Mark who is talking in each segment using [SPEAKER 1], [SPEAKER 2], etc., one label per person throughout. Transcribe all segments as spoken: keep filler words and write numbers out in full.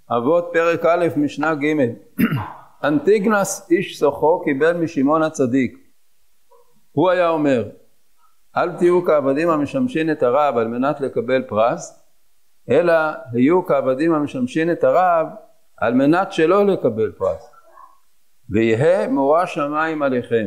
[SPEAKER 1] אבות פרק א' משנה ג' אנטיגנס איש סוחו קיבל משמעון הצדיק. הוא היה אומר, אל תהיו כעבדים המשמשים את הרב על מנת לקבל פרס, אלא היו כעבדים המשמשים את הרב על מנת שלא לקבל פרס. ויהא מורא שמיים עליכם.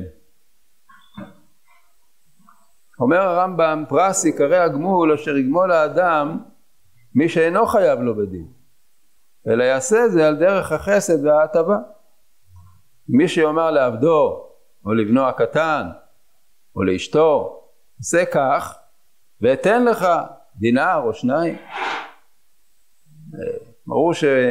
[SPEAKER 1] אומר הרמב"ם, פרס יקרא הגמול אשר יגמול האדם מי שאינו חייב לו בדין, אלא יעשה זה על דרך החסד וההטבה. מי שיאמר לעבדו או לבנו הקטן או לאשתו, עשה כך ואתן לך דינר או שניים. ברור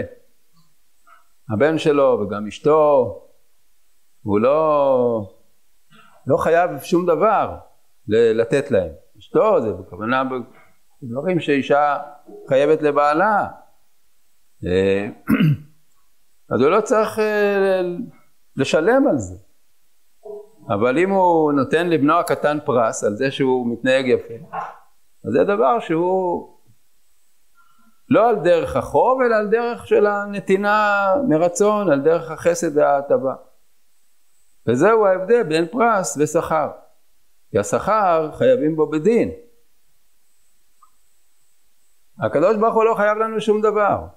[SPEAKER 1] שהבן שלו וגם אשתו הוא לא, לא חייב שום דבר לתת להם. אשתו זה בכוונה דברים שאישה חייבת לבעלה, אז הוא לא צריך לשלם על זה. אבל אם הוא נותן לבנו הקטן פרס על זה שהוא מתנהג יפה, אז זה דבר שהוא לא על דרך החוב, אלא על דרך של הנתינה מרצון, על דרך החסד וההטבה. וזהו ההבדל בין פרס ושכר. כי השכר חייבים בו בדין. הקדוש ברוך הוא לא חייב לנו שום דבר.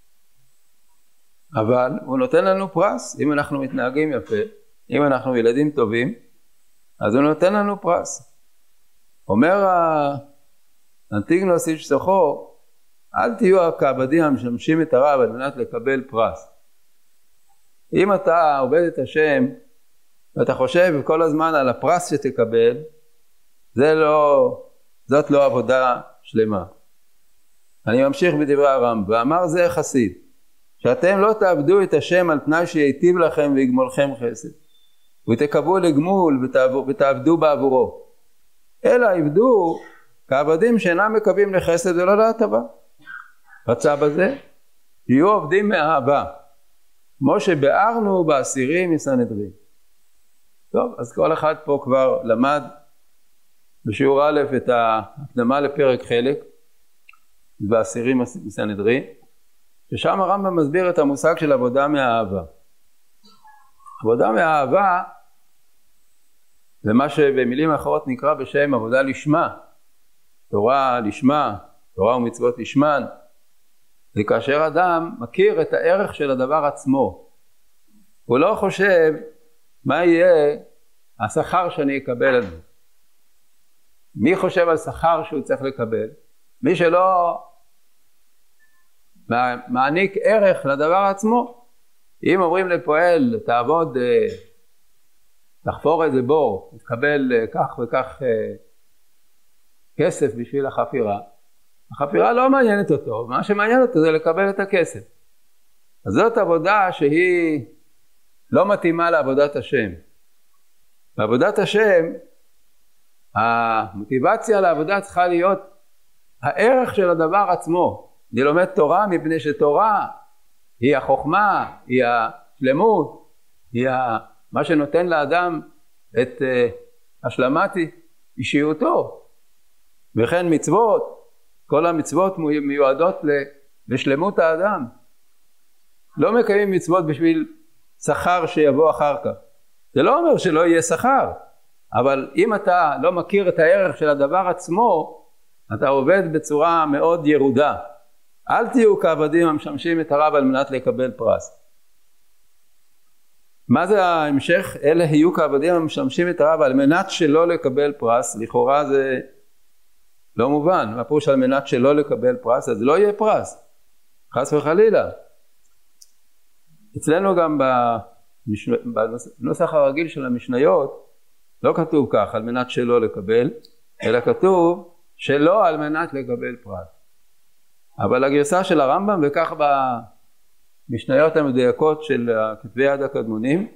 [SPEAKER 1] אבל הוא נותן לנו פרס. אם אנחנו מתנהגים יפה, אם אנחנו ילדים טובים, אז הוא נותן לנו פרס. אומר אנטיגנוס איש סוחו, אל תהיו כעבדים המשמשים את הרב על מנת לקבל פרס. אם אתה עובד את השם, ואתה חושב כל הזמן על הפרס שתקבל, זה לא, זאת לא עבודה שלמה. אני ממשיך בדברי הרמב"ם, ואמר זה חסיד, שאתם לא תעבדו את השם על תנאי שיטיב לכם ויגמולכם חסד, ותקבלו לגמול ותעבדו בעבורו, אלא עבדו כעבדים שאינם מקווים לחסד ולא להטבה. רצה בזה, תהיו עובדים מאהבה, כמו שבארנו בעשירים מסנהדרין. טוב, אז כל אחד פה כבר למד בשיעור א' את ההקדמה לפרק חלק בעשירים מסנהדרין, ששם הרמב"ם מסביר את המושג של עבודה מהאהבה. עבודה מהאהבה זה מה שבמילים אחרות נקרא בשם עבודה לשמה, תורה לשמה, תורה ומצוות לשמן. זה כאשר אדם מכיר את הערך של הדבר עצמו, הוא לא חושב מה יהיה השכר שאני אקבל על זה. מי חושב על שכר שהוא צריך לקבל? מי שלא מעניק ערך לדבר עצמו. אם אומרים לפועל תעבוד, תחפור איזה בור, תקבל כך וכך כסף בשביל החפירה, החפירה לא מעניינת אותו, מה שמעניין אותו זה לקבל את הכסף. אז זאת עבודה שהיא לא מתאימה לעבודת השם. בעבודת השם, המוטיבציה לעבודה צריכה להיות הערך של הדבר עצמו. אני לומד תורה מפני שתורה היא החוכמה, היא השלמות, היא מה שנותן לאדם את השלמת אישיותו. וכן מצוות, כל המצוות מיועדות לשלמות האדם. לא מקיימים מצוות בשביל שכר שיבוא אחר כך. זה לא אומר שלא יהיה שכר, אבל אם אתה לא מכיר את הערך של הדבר עצמו, אתה עובד בצורה מאוד ירודה. אל תהיו כעבדים המשמשים את הרב על מנת לקבל פרס. מה זה ההמשך? אלה היו כעבדים המשמשים את הרב על מנת שלא לקבל פרס. לכאורה זה לא מובן. מה פירוש על מנת שלא לקבל פרס? אז לא יהיה פרס. חס וחלילה. אצלנו גם בנוסח הרגיל של המשניות לא כתוב כך על מנת שלא לקבל, אלא כתוב שלא על מנת לקבל פרס. אבל הגרסה של הרמב"ם, וכך במשניות המדויקות של כתבי יד הקדמונים,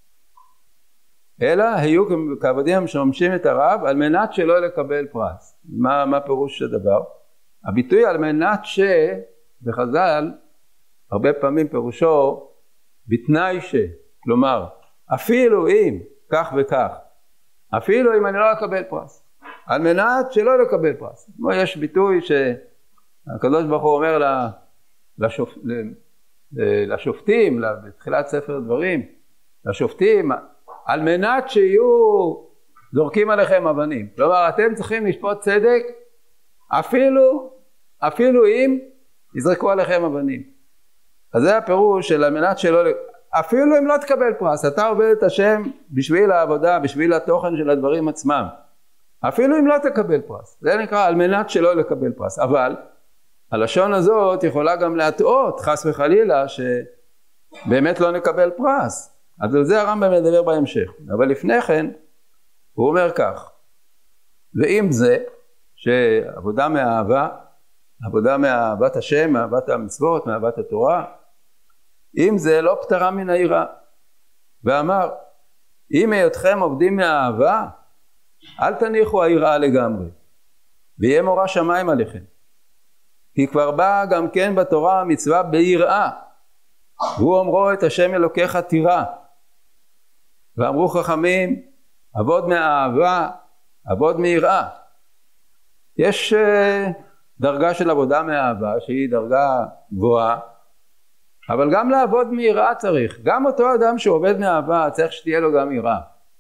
[SPEAKER 1] אלא היו כעבדים המשמשים את הרב על מנת שלא לקבל פרס. מה, מה פירוש הדבר? הביטוי על מנת ש, בחז"ל, הרבה פעמים פירושו בתנאי ש, כלומר, אפילו אם כך וכך, אפילו אם אני לא אקבל פרס, על מנת שלא לקבל פרס. כמו יש ביטוי שהקדוש ברוך הוא אומר לשופ... לשופטים, בתחילת ספר דברים, לשופטים, על מנת שיהיו זורקים עליכם אבנים. כלומר, אתם צריכים לשפוט צדק, אפילו, אפילו אם יזרקו עליכם אבנים. אז זה הפירוש של על מנת שלא, אפילו אם לא תקבל פרס, אתה עובד את השם בשביל העבודה, בשביל התוכן של הדברים עצמם. אפילו אם לא תקבל פרס. זה נקרא על מנת שלא לקבל פרס. אבל הלשון הזאת יכולה גם להטעות, חס וחלילה, שבאמת לא נקבל פרס. אז על זה הרמב"ם מדבר בהמשך. אבל לפני כן, הוא אומר כך, ועם זה, שעבודה מאהבה, עבודה מאהבת השם, מאהבת המצוות, מאהבת התורה, אם זה לא פטרה מן היראה. ואמר, אם היותכם עובדים מאהבה, אל תניחו היראה לגמרי, ויהיה מורא שמיים עליכם. כי כבר בא גם כן בתורה המצווה ביראה, והוא אומרו את השם אלוקיך תירא. ואמרו חכמים, עבוד מאהבה, עבוד מיראה. יש דרגה של עבודה מאהבה שהיא דרגה גבוהה, אבל גם לעבוד מיראה צריך. גם אותו אדם שעובד מאהבה צריך שתהיה לו גם יראה.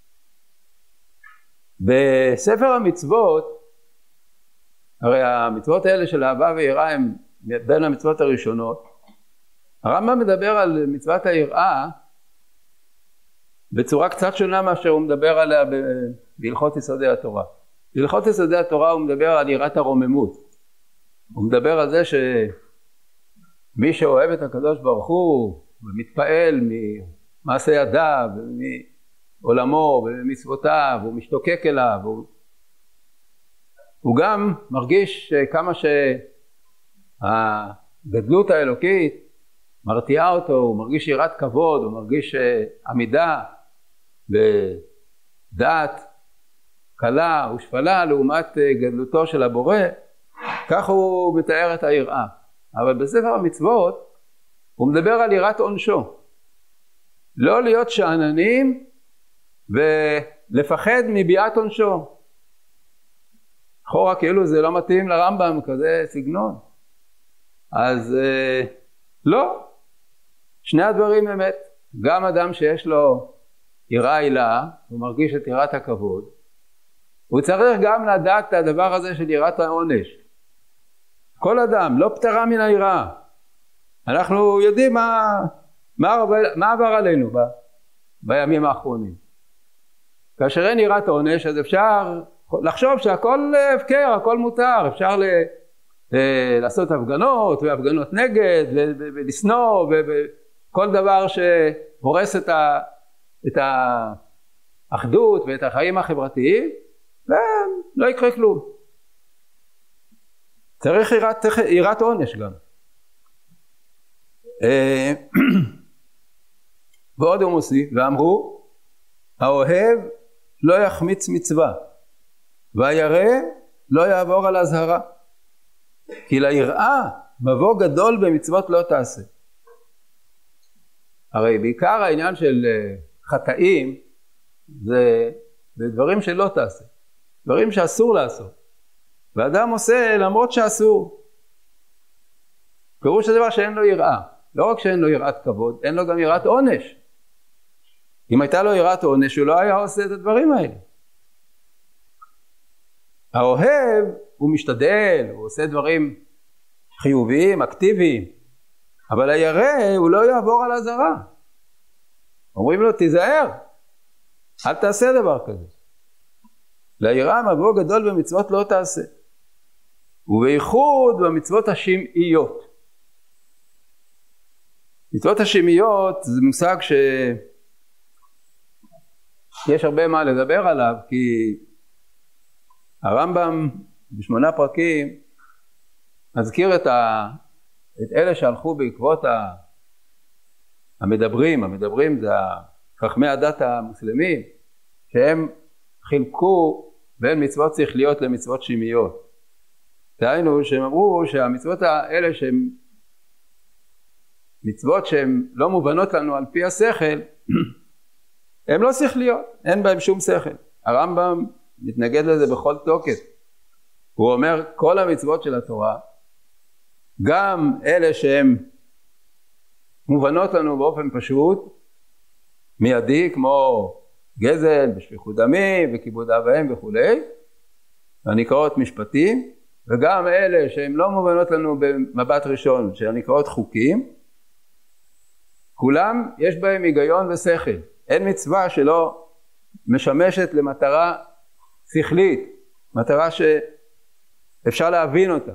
[SPEAKER 1] בספר המצוות, הרי המצוות האלה של אהבה ויראה הם בין המצוות הראשונות, הרמב"ם מדבר על מצוות היראה בצורה קצת שונה מאשר הוא מדבר עליה בהלכות יסודי התורה. בהלכות יסודי התורה הוא מדבר על יראת הרוממות. הוא מדבר על זה שמי שאוהב את הקדוש ברוך הוא ומתפעל ממעשה ידיו ומעולמו ומצוותיו, הוא משתוקק אליו, הוא, הוא גם מרגיש כמה שהגדלות האלוקית מרתיעה אותו, הוא מרגיש יראת כבוד, הוא מרגיש עמידה ודעת קלה ושפלה לעומת גדלותו של הבורא. כך הוא מתאר את היראה. אבל בספר המצוות הוא מדבר על יראת עונשו. לא להיות שאננים ולפחד מביאת עונשו. אחורה כאילו זה לא מתאים לרמב"ם כזה סגנון. אז אה, לא. שני הדברים אמת. גם אדם שיש לו יראה הילה, הוא מרגיש את יראת הכבוד, הוא צריך גם לדעת את הדבר הזה של יראת העונש. כל אדם, לא פטרה מן היראה. אנחנו יודעים מה, מה, מה עבר עלינו ב, בימים האחרונים. כאשר אין יראת העונש, אז אפשר לחשוב שהכל הפקר, הכל מותר. אפשר ל, ל, לעשות הפגנות, והפגנות נגד, ולסנוע, וכל דבר שהורס את, ה, את האחדות ואת החיים החברתיים, ולא יקרה כלום. צריך יראת, יראת עונש גם. ועוד הוא מוסיף, ואמרו, האוהב לא יחמיץ מצווה, והירא לא יעבור על הזהרה, כי ליראה מבוא גדול במצוות לא תעשה. הרי בעיקר העניין של חטאים זה, זה דברים שלא תעשה, דברים שאסור לעשות, ואדם עושה למרות שאסור. פירוש הדבר שאין לו יראה. לא רק שאין לו יראת כבוד, אין לו גם יראת עונש. אם הייתה לו יראת עונש, הוא לא היה עושה את הדברים האלה. האוהב הוא משתדל, הוא עושה דברים חיוביים, אקטיביים, אבל הירא הוא לא יעבור על הזרה. אומרים לו תיזהר, אל תעשה דבר כזה. ליראה מבוא גדול במצוות לא תעשה, ובייחוד במצוות השמעיות. מצוות השמעיות זה מושג שיש הרבה מה לדבר עליו, כי הרמב"ם בשמונה פרקים מזכיר את, ה... את אלה שהלכו בעקבות ה... המדברים. המדברים זה חכמי הדת המוסלמים, שהם חילקו בין מצוות שכליות למצוות שמעיות. דהיינו שהם אמרו שהמצוות האלה שהן מצוות שהן לא מובנות לנו על פי השכל, הן לא שכליות, אין בהן שום שכל. הרמב"ם מתנגד לזה בכל תוקף. הוא אומר כל המצוות של התורה, גם אלה שהן מובנות לנו באופן פשוט, מיידי, כמו גזל ושפיכות דמים וכיבוד אב ואם וכו', והנקראות משפטים, וגם אלה שהן לא מובנות לנו במבט ראשון, שהנקראות חוקים, כולם יש בהם היגיון ושכל. אין מצווה שלא משמשת למטרה שכלית, מטרה שאפשר להבין אותה.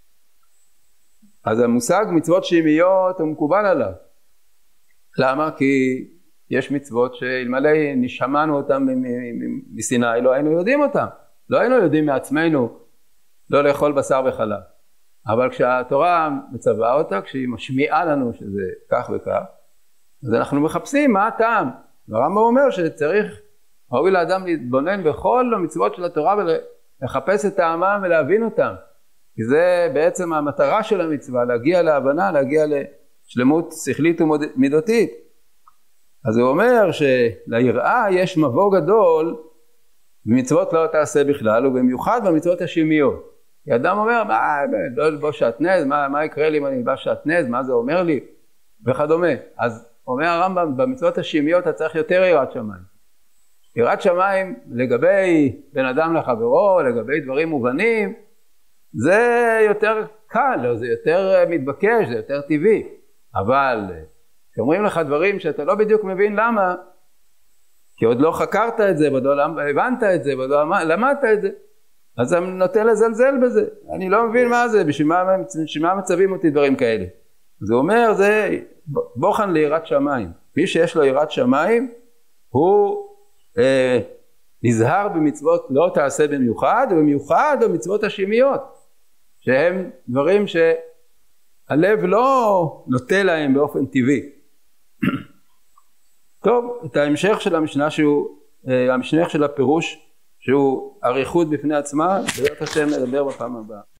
[SPEAKER 1] אז המושג מצוות שמיות הוא מקובל עליו. למה? כי יש מצוות שאלמלא נשמענו אותם מסיני, לא היינו יודעים אותם. לא היינו יודעים מעצמנו לא לאכול בשר וחלב. אבל כשהתורה מצווה אותה, כשהיא משמיעה לנו שזה כך וכך, אז אנחנו מחפשים מה הטעם. הרמב"ם אומר שצריך, ראוי לאדם להתבונן בכל המצוות של התורה ולחפש את טעמם ולהבין אותם. כי זה בעצם המטרה של המצווה, להגיע להבנה, להגיע לשלמות שכלית ומידותית. אז הוא אומר שליראה יש מבוא גדול, במצוות לא תעשה בכלל, ובמיוחד במצוות השמיות. כי אדם אומר, מה, לא ללבוש שעטנז, מה, מה יקרה לי אם אני אלבש שעטנז, מה זה אומר לי, וכדומה. אז אומר הרמב"ם, במצוות השמיות אתה צריך יותר יראת שמיים. יראת שמיים לגבי בן אדם לחברו, לגבי דברים מובנים, זה יותר קל, זה יותר מתבקש, זה יותר טבעי. אבל כשאומרים לך דברים שאתה לא בדיוק מבין למה, כי עוד לא חקרת את זה, עוד לא הבנת את זה, עוד לא למדת את זה, אז אני נוטה לזלזל בזה. אני לא מבין מה זה, בשביל מה, בשביל מה מצבים אותי דברים כאלה. אז הוא אומר, זה בוחן ליראת שמיים. מי שיש לו יראת שמיים, הוא אה, נזהר במצוות לא תעשה במיוחד, ובמיוחד במצוות השמיות, שהם דברים שהלב לא נוטה להם באופן טבעי. טוב, את ההמשך של המשנה שהוא, המשך של הפירוש, שהוא אריכות בפני עצמה, בעזרת השם נדבר בפעם הבאה.